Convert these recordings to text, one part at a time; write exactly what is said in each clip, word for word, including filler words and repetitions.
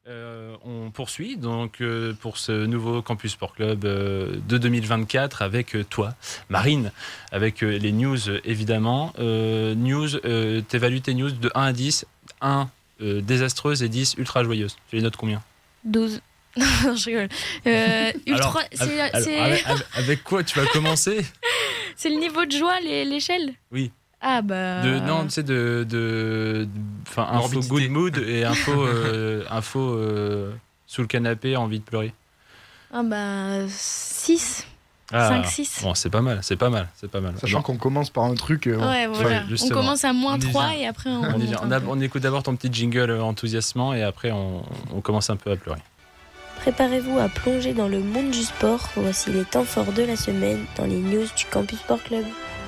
Euh, on poursuit donc euh, pour ce nouveau Campus Sport Club euh, de deux mille vingt-quatre avec euh, toi, Marine, avec euh, les news euh, évidemment. Euh, news, euh, t'évalues tes news de un à dix, un euh, désastreuse et dix ultra joyeuse. Tu les notes combien ? douze. Non, je rigole. Euh, ultra, alors, c'est, alors, c'est... Avec, avec, avec quoi tu vas commencer ? C'est le niveau de joie, les, l'échelle ? Oui. Ah bah. De, non, tu sais, de. de, enfin, info good mood et info, euh, info euh, sous le canapé, envie de pleurer. Ah bah. six. Ah, cinq, six. Bon, c'est pas mal, c'est pas mal, c'est pas mal. Sachant bon. qu'on commence par un truc. Euh, ouais, voilà. Ouais, on commence à moins trois et après on. On, on, on, on écoute d'abord ton petit jingle enthousiasmant et après on, on commence un peu à pleurer. Préparez-vous à plonger dans le monde du sport. Voici les temps forts de la semaine dans les news du Campus Sport Club.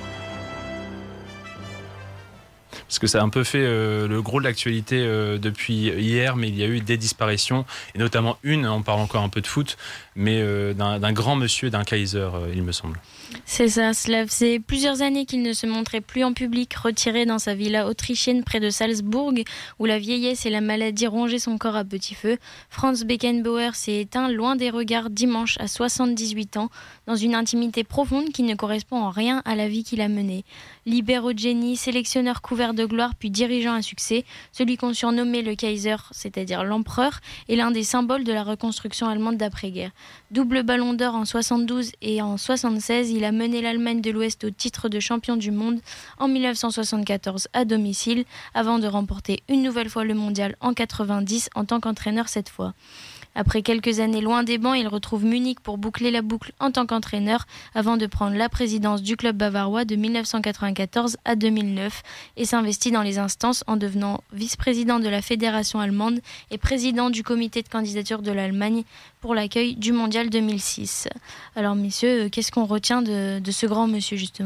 Parce que ça a un peu fait euh, le gros de l'actualité euh, depuis hier, mais il y a eu des disparitions, et notamment une, on parle encore un peu de foot, mais euh, d'un, d'un grand monsieur, d'un Kaiser, euh, il me semble. C'est ça, cela faisait plusieurs années qu'il ne se montrait plus en public, retiré dans sa villa autrichienne près de Salzbourg, où la vieillesse et la maladie rongeaient son corps à petit feu. Franz Beckenbauer s'est éteint loin des regards dimanche à soixante-dix-huit ans, dans une intimité profonde qui ne correspond en rien à la vie qu'il a menée. Libero Geni, sélectionneur couvert de gloire puis dirigeant à succès, celui qu'on surnommait le Kaiser, c'est-à-dire l'empereur, est l'un des symboles de la reconstruction allemande d'après-guerre. Double ballon d'or en soixante-douze et en soixante-seize, il a mené l'Allemagne de l'Ouest au titre de champion du monde en dix-neuf cent soixante-quatorze à domicile, avant de remporter une nouvelle fois le mondial en quatre-vingt-dix en tant qu'entraîneur cette fois. Après quelques années loin des bancs, il retrouve Munich pour boucler la boucle en tant qu'entraîneur avant de prendre la présidence du club bavarois de dix-neuf cent quatre-vingt-quatorze à deux mille neuf et s'investit dans les instances en devenant vice-président de la fédération allemande et président du comité de candidature de l'Allemagne pour l'accueil du mondial deux mille six. Alors messieurs, qu'est-ce qu'on retient de, de ce grand monsieur justement ?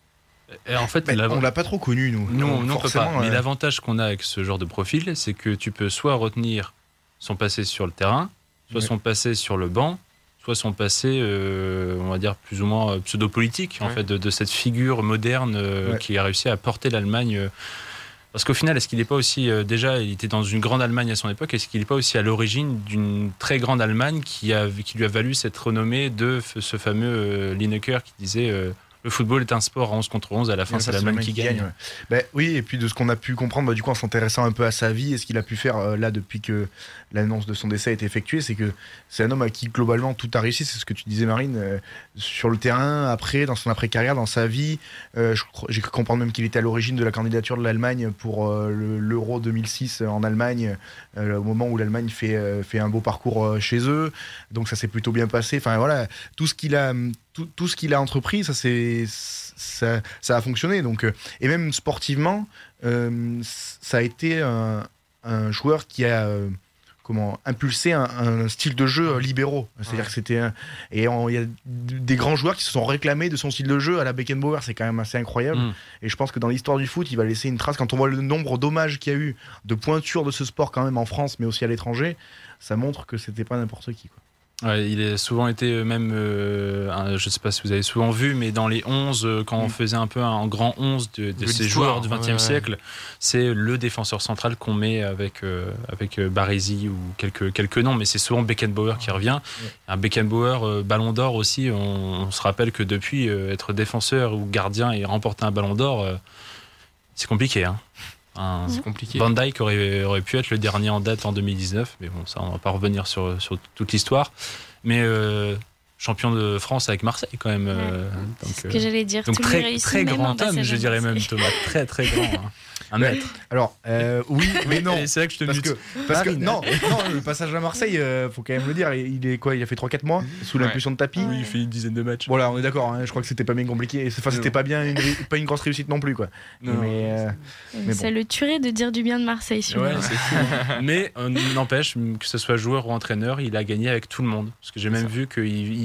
Et en fait, bah, on l'a pas trop connu nous. Non, non, pas. Euh... Mais l'avantage qu'on a avec ce genre de profil, c'est que tu peux soit retenir son passé sur le terrain, soit ouais. son passé sur le banc, soit son passé, euh, on va dire, plus ou moins pseudo-politique, ouais. en fait, de, de cette figure moderne euh, ouais. qui a réussi à porter l'Allemagne. Euh, parce qu'au final, est-ce qu'il n'est pas aussi, euh, déjà, il était dans une grande Allemagne à son époque, est-ce qu'il n'est pas aussi à l'origine d'une très grande Allemagne qui, a, qui lui a valu cette renommée de ce fameux euh, Lineker qui disait... Euh, le football est un sport à onze contre onze, à la fin c'est l'Allemagne qui gagne. gagne ouais. bah, oui, et puis de ce qu'on a pu comprendre, bah, du coup en s'intéressant un peu à sa vie et ce qu'il a pu faire euh, là depuis que l'annonce de son décès a été effectuée, c'est que c'est un homme à qui globalement tout a réussi, c'est ce que tu disais Marine, euh, sur le terrain, après, dans son après-carrière, dans sa vie. Euh, je, j'ai cru comprendre même qu'il était à l'origine de la candidature de l'Allemagne pour euh, le, l'Euro deux mille six en Allemagne, euh, au moment où l'Allemagne fait, euh, fait un beau parcours euh, chez eux, donc ça s'est plutôt bien passé. Enfin voilà, tout ce qu'il a... Tout, tout ce qu'il a entrepris, ça, c'est, ça, ça a fonctionné. Donc, euh, et même sportivement, euh, ça a été un, un joueur qui a euh, comment, impulsé un, un style de jeu euh, libéraux. C'est-à-dire ouais. que c'était un, et il y a des grands joueurs qui se sont réclamés de son style de jeu à la Beckenbauer. C'est quand même assez incroyable. Mm. Et je pense que dans l'histoire du foot, il va laisser une trace. Quand on voit le nombre d'hommages qu'il y a eu, de pointures de ce sport quand même en France, mais aussi à l'étranger, ça montre que c'était pas n'importe qui, quoi. Ouais, il a souvent été même, euh, un, je ne sais pas si vous avez souvent vu, mais dans les onze, quand mmh. on faisait un peu un grand onze de, de ces joueurs du vingtième ouais, siècle, ouais. c'est le défenseur central qu'on met avec, euh, avec Baresi ou quelques, quelques noms, mais c'est souvent Beckenbauer qui revient. Ouais. Un Beckenbauer, euh, ballon d'or aussi, on, on se rappelle que depuis, euh, être défenseur ou gardien et remporter un ballon d'or, euh, c'est compliqué, hein. Un, c'est compliqué. Van Dijk aurait, aurait pu être le dernier en date en deux mille dix-neuf, mais bon, ça, on va pas revenir sur, sur toute l'histoire. Mais euh, champion de France avec Marseille, quand même. Ouais. Euh, donc, c'est ce que j'allais dire. Donc très, très grand homme, je dirais même, Thomas. Très, très grand. Hein. Un mètre. Alors, euh, oui, mais non. C'est vrai que je te parce mute. Que, parce que, non, non, le passage à Marseille, euh, faut quand même le dire, il est quoi, il a fait trois quatre mois sous ouais. l'impulsion de Tapi. Oui, il fait une dizaine de matchs. Voilà, on est d'accord, hein, je crois que c'était pas bien compliqué. Enfin, c'était pas bien, une, pas une grosse réussite non plus, quoi. Non, mais, euh, mais ça bon. Le tuerait de dire du bien de Marseille, sur ouais, c'est fou. Mais euh, n'empêche, que ce soit joueur ou entraîneur, il a gagné avec tout le monde. Parce que j'ai même ça. vu qu'il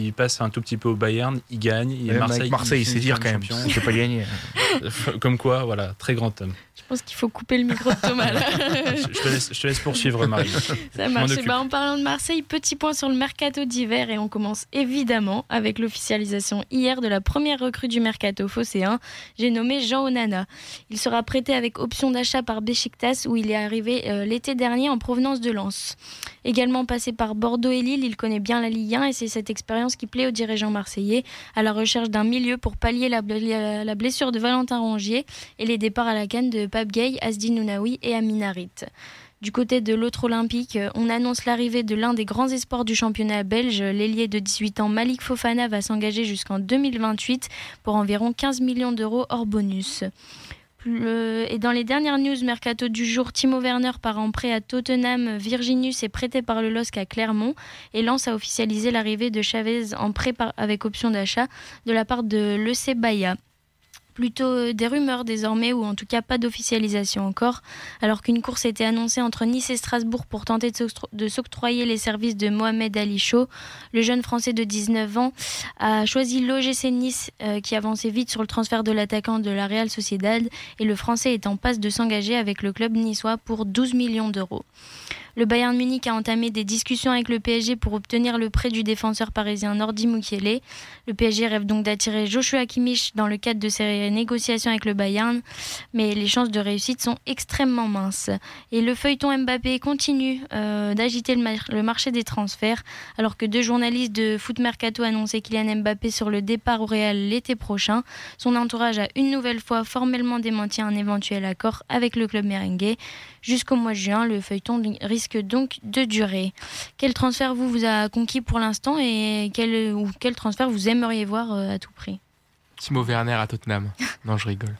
il passe un tout petit peu au Bayern, il gagne. Et Même Marseille, avec Marseille, il c'est dire quand même. Il ne peut pas gagner. Comme quoi, voilà, très grand homme. Je pense qu'il faut couper le micro de Thomas là. je, te laisse, je te laisse poursuivre, Marie. Ça marche. Bah, en parlant de Marseille, petit point sur le mercato d'hiver et on commence évidemment avec l'officialisation hier de la première recrue du mercato phocéen. J'ai nommé Jean Onana. Il sera prêté avec option d'achat par Beşiktaş où il est arrivé euh, l'été dernier en provenance de Lens. Également passé par Bordeaux et Lille, il connaît bien la Ligue un et c'est cette expérience qui plaît aux dirigeants marseillais à la recherche d'un milieu pour pallier la, la blessure de Valentin Rongier et les départs à la canne de Pape Gueye, Asdi Nounaoui et Amin Harit. Du côté de l'autre Olympique, on annonce l'arrivée de l'un des grands espoirs du championnat belge. L'ailier de dix-huit ans Malik Fofana va s'engager jusqu'en deux mille vingt-huit pour environ quinze millions d'euros hors bonus. Et dans les dernières news mercato du jour, Timo Werner part en prêt à Tottenham. Virginius est prêté par le L O S C à Clermont et Lens a officialisé l'arrivée de Chavez en prêt par, avec option d'achat de la part de l'E C Bahia. Plutôt des rumeurs désormais, ou en tout cas pas d'officialisation encore, alors qu'une course était annoncée entre Nice et Strasbourg pour tenter de s'octroyer les services de Mohamed Ali Chaud. Le jeune Français de dix-neuf ans a choisi l'O G C Nice euh, qui avançait vite sur le transfert de l'attaquant de la Real Sociedad et le Français est en passe de s'engager avec le club niçois pour douze millions d'euros. Le Bayern Munich a entamé des discussions avec le P S G pour obtenir le prêt du défenseur parisien Nordi Mukiele. Le P S G rêve donc d'attirer Joshua Kimmich dans le cadre de ses négociations avec le Bayern, mais les chances de réussite sont extrêmement minces. Et le feuilleton Mbappé continue euh, d'agiter le, mar- le marché des transferts, alors que deux journalistes de Foot Mercato annonçaient Kylian Mbappé sur le départ au Real l'été prochain. Son entourage a une nouvelle fois formellement démenti un éventuel accord avec le club merengue. Jusqu'au mois de juin, le feuilleton risque donc de durer. Quel transfert vous, vous a conquis pour l'instant et quel, ou quel transfert vous aimeriez voir euh, à tout prix ? Timo Werner à Tottenham. Non, je rigole.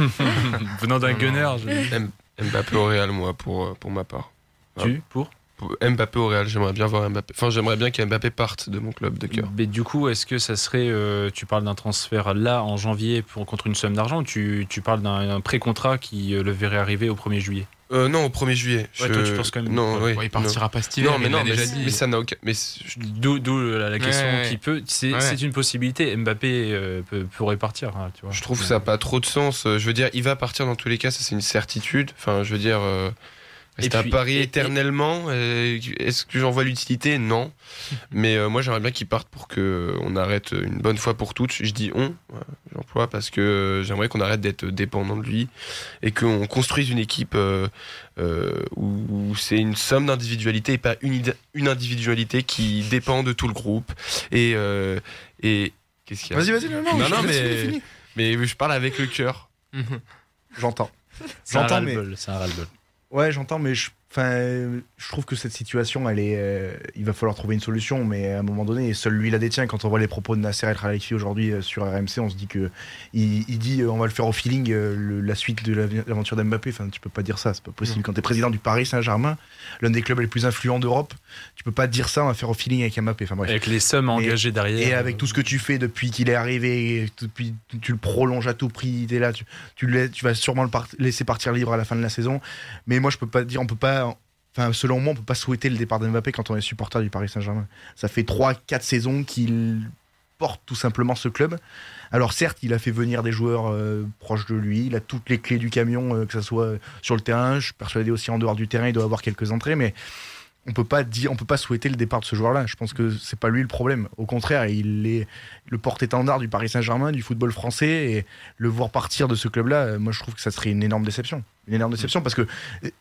Venant d'un gunner. Je... M- Mbappé au Real, moi, pour, pour ma part. Tu, pour Mbappé au Real, j'aimerais bien voir Mbappé. Enfin, j'aimerais bien qu'Mbappé parte de mon club de cœur. Mais du coup, est-ce que ça serait. Euh, tu parles d'un transfert là en janvier pour, contre une somme d'argent ou tu, tu parles d'un pré-contrat qui euh, le verrait arriver au premier juillet ? Euh, non, au premier juillet. Ouais, je... toi, tu penses quand même. Non, ouais. oui, il partira non. pas cet hiver. Non, mais, mais non, il mais, déjà dit. mais ça n'a aucun. Mais d'où, d'où la question ouais, ouais. qui peut. C'est, ouais. c'est une possibilité. Mbappé euh, peut, pourrait partir. Hein, tu vois. Je trouve que ça n'a pas trop de sens. Je veux dire, il va partir dans tous les cas, ça c'est une certitude. Enfin, je veux dire. Euh... Rester à Paris et, éternellement, et... est-ce que j'en vois l'utilité ? Non. Mais euh, moi, j'aimerais bien qu'il parte pour qu'on arrête une bonne fois pour toutes. Je dis on, j'emploie, parce que j'aimerais qu'on arrête d'être dépendant de lui et qu'on construise une équipe euh, euh, où c'est une somme d'individualité et pas une, une individualité qui dépend de tout le groupe. Et, euh, et qu'est-ce qu'il y a ? Vas-y, vas-y, non, non, non, non mais, fini, fini. mais je parle avec le cœur. J'entends. C'est J'entends, un mais... ras-le-bol. C'est un ras-le-bol. Ouais, j'entends, mais je, je trouve que cette situation, elle est, euh, il va falloir trouver une solution, mais à un moment donné, seul lui la détient. Quand on voit les propos de Nasser El Khelaifi aujourd'hui euh, sur R M C, on se dit que il, il dit euh, on va le faire au feeling, euh, le, la suite de l'aventure d'Mbappé. Enfin, tu peux pas dire ça, c'est pas possible. Mmh. Quand t'es président du Paris Saint-Germain, l'un des clubs les plus influents d'Europe, tu peux pas dire ça, on va faire au feeling avec Mbappé. Enfin, bref. Avec les sommes et, engagées derrière. Et avec tout ce que tu fais depuis qu'il est arrivé, depuis, tu le prolonges à tout prix, t'es là, tu, tu, le, tu vas sûrement le par- laisser partir libre à la fin de la saison. Mais moi, je peux pas dire, on peut pas. Enfin, selon moi, on peut pas souhaiter le départ d'Mbappé quand on est supporter du Paris Saint-Germain. Ça fait trois quatre saisons qu'il porte tout simplement ce club. Alors certes, il a fait venir des joueurs euh, proches de lui, il a toutes les clés du camion, euh, que ça soit sur le terrain. Je suis persuadé aussi en dehors du terrain, il doit avoir quelques entrées, mais on peut pas dire, on peut pas souhaiter le départ de ce joueur-là. Je pense que c'est pas lui le problème. Au contraire, il est le porte-étendard du Paris Saint-Germain, du football français, et le voir partir de ce club-là, moi je trouve que ça serait une énorme déception. Une énorme déception parce que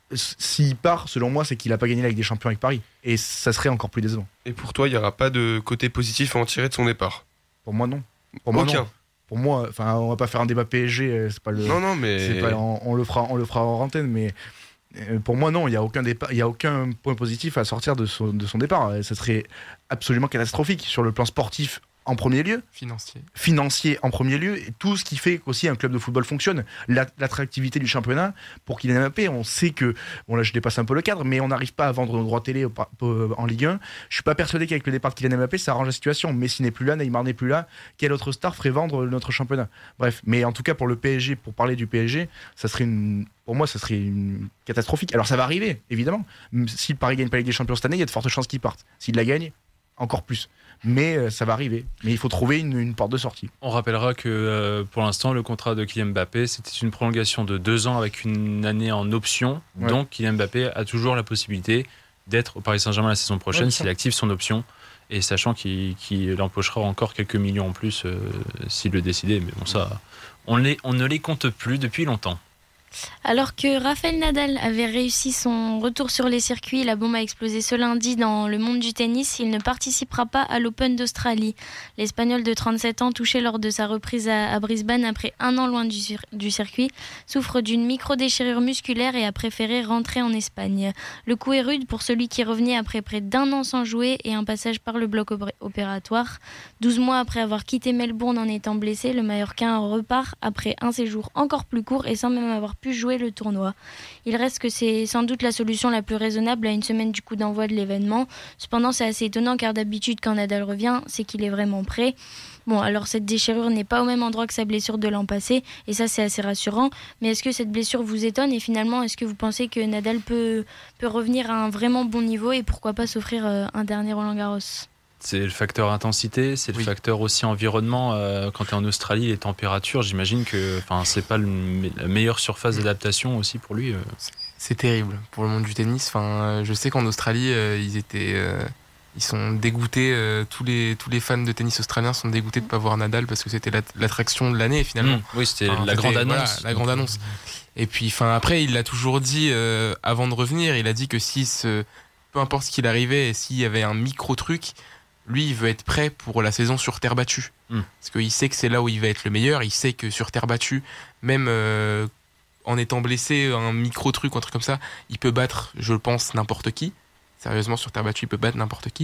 s'il part, selon moi, c'est qu'il a pas gagné la Ligue des Champions avec Paris, et ça serait encore plus décevant. Et pour toi, il y aura pas de côté positif à en tirer de son départ ? Pour moi, non. Pour moi, Aucun. non. Pour moi, enfin, on va pas faire un débat P S G. C'est pas le. Non, non, mais c'est pas, on, on le fera, on le fera en antenne, mais. Pour moi, non, il n'y a aucun départ, il y a aucun point positif à sortir de son, de son départ. Ça serait absolument catastrophique sur le plan sportif en premier lieu, financier, financier en premier lieu, et tout ce qui fait qu'aussi un club de football fonctionne, l'attractivité du championnat pour Kylian Mbappé. On sait que, bon là je dépasse un peu le cadre, mais on n'arrive pas à vendre nos droits télé en Ligue un. Je suis pas persuadé qu'avec le départ de Kylian Mbappé, ça arrange la situation. Messi n'est plus là, Neymar n'est plus là. Quelle autre star ferait vendre notre championnat ? Bref, mais en tout cas pour le P S G, pour parler du P S G, ça serait une, pour moi, ça serait une catastrophique. Alors ça va arriver, évidemment. Si le Paris gagne pas la Ligue des Champions cette année, il y a de fortes chances qu'il parte. S'il la gagne, encore plus. Mais euh, ça va arriver. Mais il faut trouver une, une porte de sortie. On rappellera que euh, pour l'instant, le contrat de Kylian Mbappé, c'était une prolongation de deux ans avec une année en option. Ouais. Donc Kylian Mbappé a toujours la possibilité d'être au Paris Saint-Germain la saison prochaine ouais, s'il active son option. Et sachant qu'il, qu'il empochera encore quelques millions en plus euh, s'il le décidait. Mais bon, ça, on, les, on ne les compte plus depuis longtemps. Alors que Rafael Nadal avait réussi son retour sur les circuits, la bombe a explosé ce lundi dans le monde du tennis. Il ne participera pas à l'Open d'Australie. L'Espagnol de trente-sept ans, touché lors de sa reprise à, à Brisbane après un an loin du, du circuit, souffre d'une micro-déchirure musculaire et a préféré rentrer en Espagne. Le coup est rude pour celui qui revenait après près d'un an sans jouer et un passage par le bloc opératoire. douze mois après avoir quitté Melbourne en étant blessé, le Mallorquin repart après un séjour encore plus court et sans même avoir pu jouer le tournoi. Il reste que c'est sans doute la solution la plus raisonnable à une semaine du coup d'envoi de l'événement. Cependant, c'est assez étonnant car d'habitude, quand Nadal revient, c'est qu'il est vraiment prêt. Bon, alors cette déchirure n'est pas au même endroit que sa blessure de l'an passé, et ça c'est assez rassurant. Mais est-ce que cette blessure vous étonne et finalement, est-ce que vous pensez que Nadal peut, peut revenir à un vraiment bon niveau et pourquoi pas s'offrir euh, un dernier Roland-Garros ? C'est le facteur intensité, c'est le oui. facteur aussi environnement. Euh, quand tu es en Australie, les températures, j'imagine que c'est pas le, la meilleure surface d'adaptation aussi pour lui. Euh. C'est, c'est terrible pour le monde du tennis. Enfin, je sais qu'en Australie, euh, ils étaient, euh, ils sont dégoûtés. Euh, tous les tous les fans de tennis australiens sont dégoûtés de ne pas voir Nadal parce que c'était l'attraction de l'année finalement. Mmh. Oui, c'était enfin, la grande annonce. Voilà, la grande annonce. Et puis, enfin, après, il l'a toujours dit euh, avant de revenir. Il a dit que si ce, peu importe ce qu'il arrivait, et s'il y avait un micro truc. Lui, il veut être prêt pour la saison sur terre battue. Mm. Parce qu'il sait que c'est là où il va être le meilleur. Il sait que sur terre battue, même euh, en étant blessé, un micro-truc ou un truc comme ça, il peut battre, je pense, n'importe qui. Sérieusement, sur terre battue, il peut battre n'importe qui.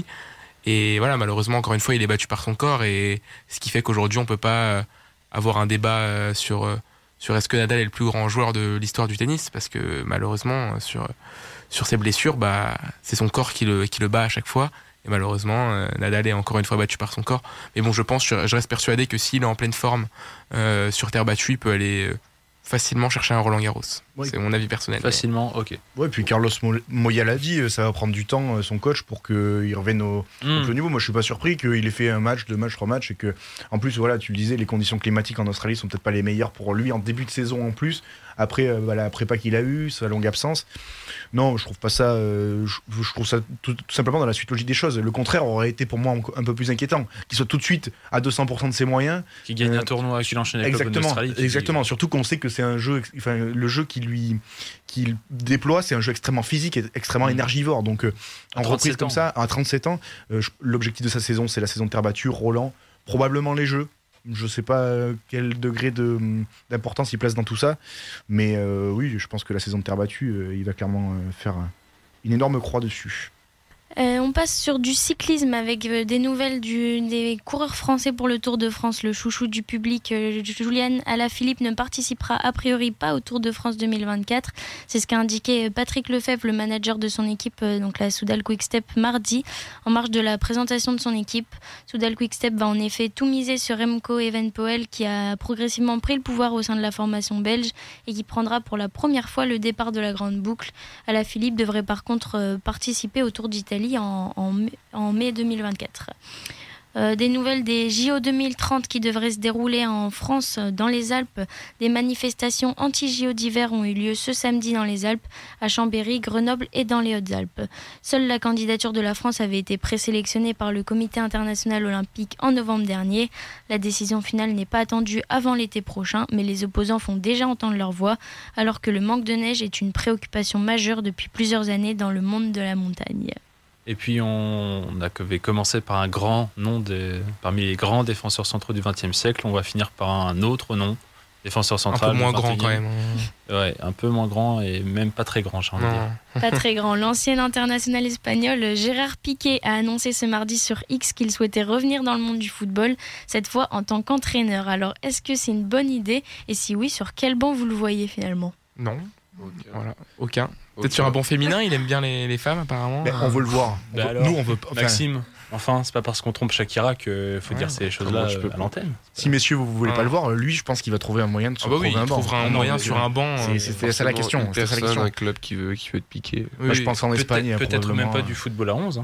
Et voilà, malheureusement, encore une fois, il est battu par son corps. Et ce qui fait qu'aujourd'hui, on ne peut pas avoir un débat sur, sur est-ce que Nadal est le plus grand joueur de l'histoire du tennis. Parce que malheureusement, sur, sur ses blessures, bah, c'est son corps qui le, qui le bat à chaque fois. Et malheureusement, euh, Nadal est encore une fois battu par son corps. Mais bon, je pense, je, je reste persuadé que s'il est en pleine forme euh, sur terre battue, il peut aller euh, facilement chercher un Roland Garros. Oui. C'est mon avis personnel. Facilement, mais... ok. Ouais, puis Carlos Moya l'a dit, ça va prendre du temps, son coach, pour qu'il revienne au, mm. au niveau. Moi, je suis pas surpris qu'il ait fait un match, deux matchs, trois matchs, et que, en plus, voilà, tu le disais, les conditions climatiques en Australie sont peut-être pas les meilleures pour lui en début de saison en plus. Après, euh, bah, la prépa qu'il a eue, sa longue absence. Non, je trouve pas ça. Euh, je, je trouve ça tout, tout simplement dans la suite logique des choses. Le contraire aurait été pour moi un, un peu plus inquiétant. Qu'il soit tout de suite à deux cents pour cent de ses moyens. Qu'il gagne euh, un tournoi, qu'il enchaîne avec l'Open d'Australie. Exactement. Qui... Surtout qu'on sait que c'est un jeu. Enfin, le jeu qui lui qu'il déploie, c'est un jeu extrêmement physique et extrêmement mmh. énergivore. Donc, euh, en reprise comme ça, à trente-sept ans, euh, je, l'objectif de sa saison, c'est la saison de terre battue, Roland, probablement les Jeux. Je ne sais pas quel degré de, d'importance il place dans tout ça, mais euh, oui, je pense que la saison de terre battue, euh, il va clairement euh, faire une énorme croix dessus. Euh, on passe sur du cyclisme avec euh, des nouvelles du, des coureurs français pour le Tour de France. Le chouchou du public, euh, Julian Alaphilippe, ne participera a priori pas au Tour de France deux mille vingt-quatre. C'est ce qu'a indiqué Patrick Lefebvre, le manager de son équipe, euh, donc la Soudal Quick-Step, mardi, en marge de la présentation de son équipe. Soudal Quick-Step va en effet tout miser sur Remco Evenepoel, qui a progressivement pris le pouvoir au sein de la formation belge et qui prendra pour la première fois le départ de la grande boucle. Alaphilippe devrait par contre euh, participer au Tour d'Italie En, en, en mai deux mille vingt-quatre. Euh, des nouvelles des J O deux mille trente qui devraient se dérouler en France, dans les Alpes. Des manifestations anti-J O d'hiver ont eu lieu ce samedi dans les Alpes, à Chambéry, Grenoble et dans les Hautes-Alpes. Seule la candidature de la France avait été présélectionnée par le Comité international olympique en novembre dernier. La décision finale n'est pas attendue avant l'été prochain, mais les opposants font déjà entendre leur voix, alors que le manque de neige est une préoccupation majeure depuis plusieurs années dans le monde de la montagne. Et puis on, on avait commencé par un grand nom de, parmi les grands défenseurs centraux du vingtième siècle. On va finir par un autre nom, défenseur central. Un peu moins grand quand même. Ouais, un peu moins grand et même pas très grand, j'ai envie de dire. Pas très grand. L'ancien international espagnol Gérard Piqué a annoncé ce mardi sur X qu'il souhaitait revenir dans le monde du football, cette fois en tant qu'entraîneur. Alors, est-ce que c'est une bonne idée ? Et si oui, sur quel banc vous le voyez finalement ? Non. Aucun. Voilà, aucun. Peut-être sur un banc féminin, il aime bien les, les femmes apparemment. Ben, on veut le voir. On ben veut, alors, nous, on veut. Enfin, Maxime, enfin, c'est pas parce qu'on trompe Shakira qu'il faut ouais, dire ces choses-là euh, à l'antenne. Si messieurs, vous voulez ah. pas le voir, lui, je pense qu'il va trouver un moyen de se ah bah trouver oui, un il banc. trouvera un ah moyen non, sur un banc. C'est, c'est, c'est ça la question. Une personne, un club qui veut, qui veut être piqué. Oui, Moi, je pense en Espagne. Peut-être, peut-être même pas du football à onze. Hein.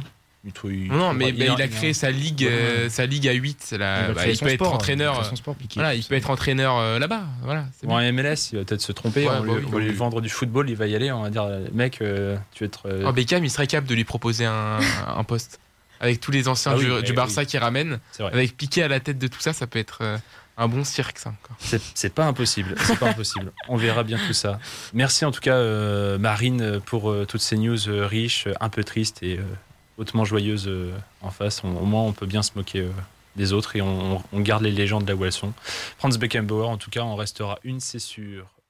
Il, non, mais il, bah, il a créé il a... sa ligue, euh, sa ligue à huit. Là, il, bah, il peut être sport, entraîneur. Sport, voilà, il peut être entraîneur euh, là-bas. Voilà. Bon, en M L S, il va peut-être se tromper. Ouais, on bah, lui, oui, va oui. lui vendre du football, il va y aller. On va dire, mec, euh, tu vas être. Euh... Oh, Beckham, il serait capable de lui proposer un, un poste avec tous les anciens ah, du, oui, du Barça oui. qui ramènent, avec Piqué à la tête de tout ça, ça peut être. Euh, Un bon cirque, ça. C'est, c'est pas impossible. C'est pas impossible. On verra bien tout ça. Merci en tout cas, euh, Marine, pour euh, toutes ces news euh, riches, un peu tristes et euh, hautement joyeuses euh, en face. On, au moins, on peut bien se moquer euh, des autres et on, on garde les légendes là où elles sont. Franz Beckenbauer, en tout cas, on restera une, c'est sûr.